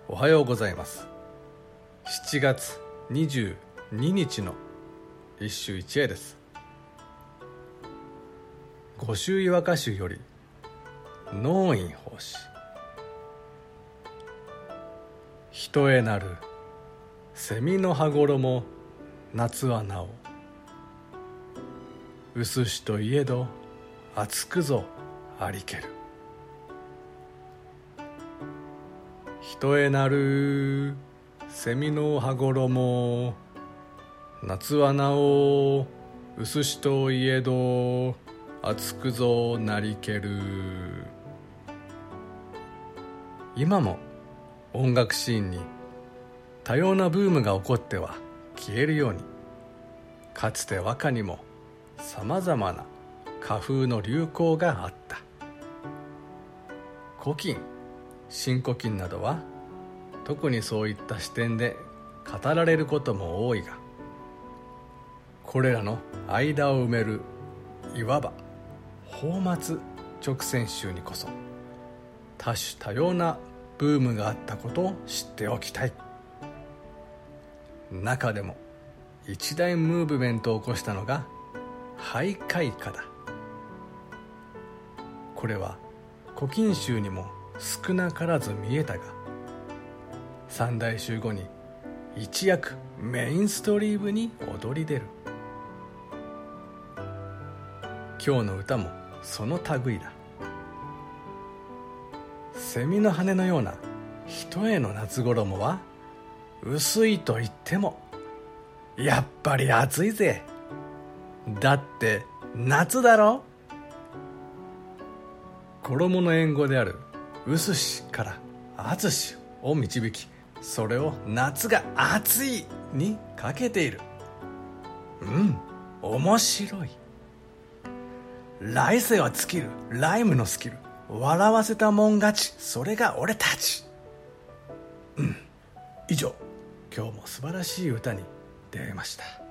おはようございます。7月22日の一首一会です。御朱岩歌集より農院法師。ひとえなる蝉の羽衣、夏はなお薄しといえど暑くぞありける。ひとえなる蝉の羽衣、夏はなお薄しといえど暑くぞなりける。今も音楽シーンに多様なブームが起こっては消えるように、かつて和歌にもさまざまな歌風の流行があった。古今新古今などは特にそういった視点で語られることも多いが、これらの間を埋めるいわば泡沫直線集にこそ多種多様なブームがあったことを知っておきたい。中でも一大ムーブメントを起こしたのが俳諧歌だ。これは古今集にも少なからず見えたが、三大集後に一躍メインストリームに躍り出る。今日の歌もその類だ。蝉の羽のような一重の夏衣は薄いと言ってもやっぱり暑いぜ。だって夏だろ。衣の縁語である薄しから暑しを導き、それを夏が暑いにかけている。面白い。来世は尽きるライムのスキル、笑わせたもん勝ち、それが俺たち。以上、今日も素晴らしい歌に出会いました。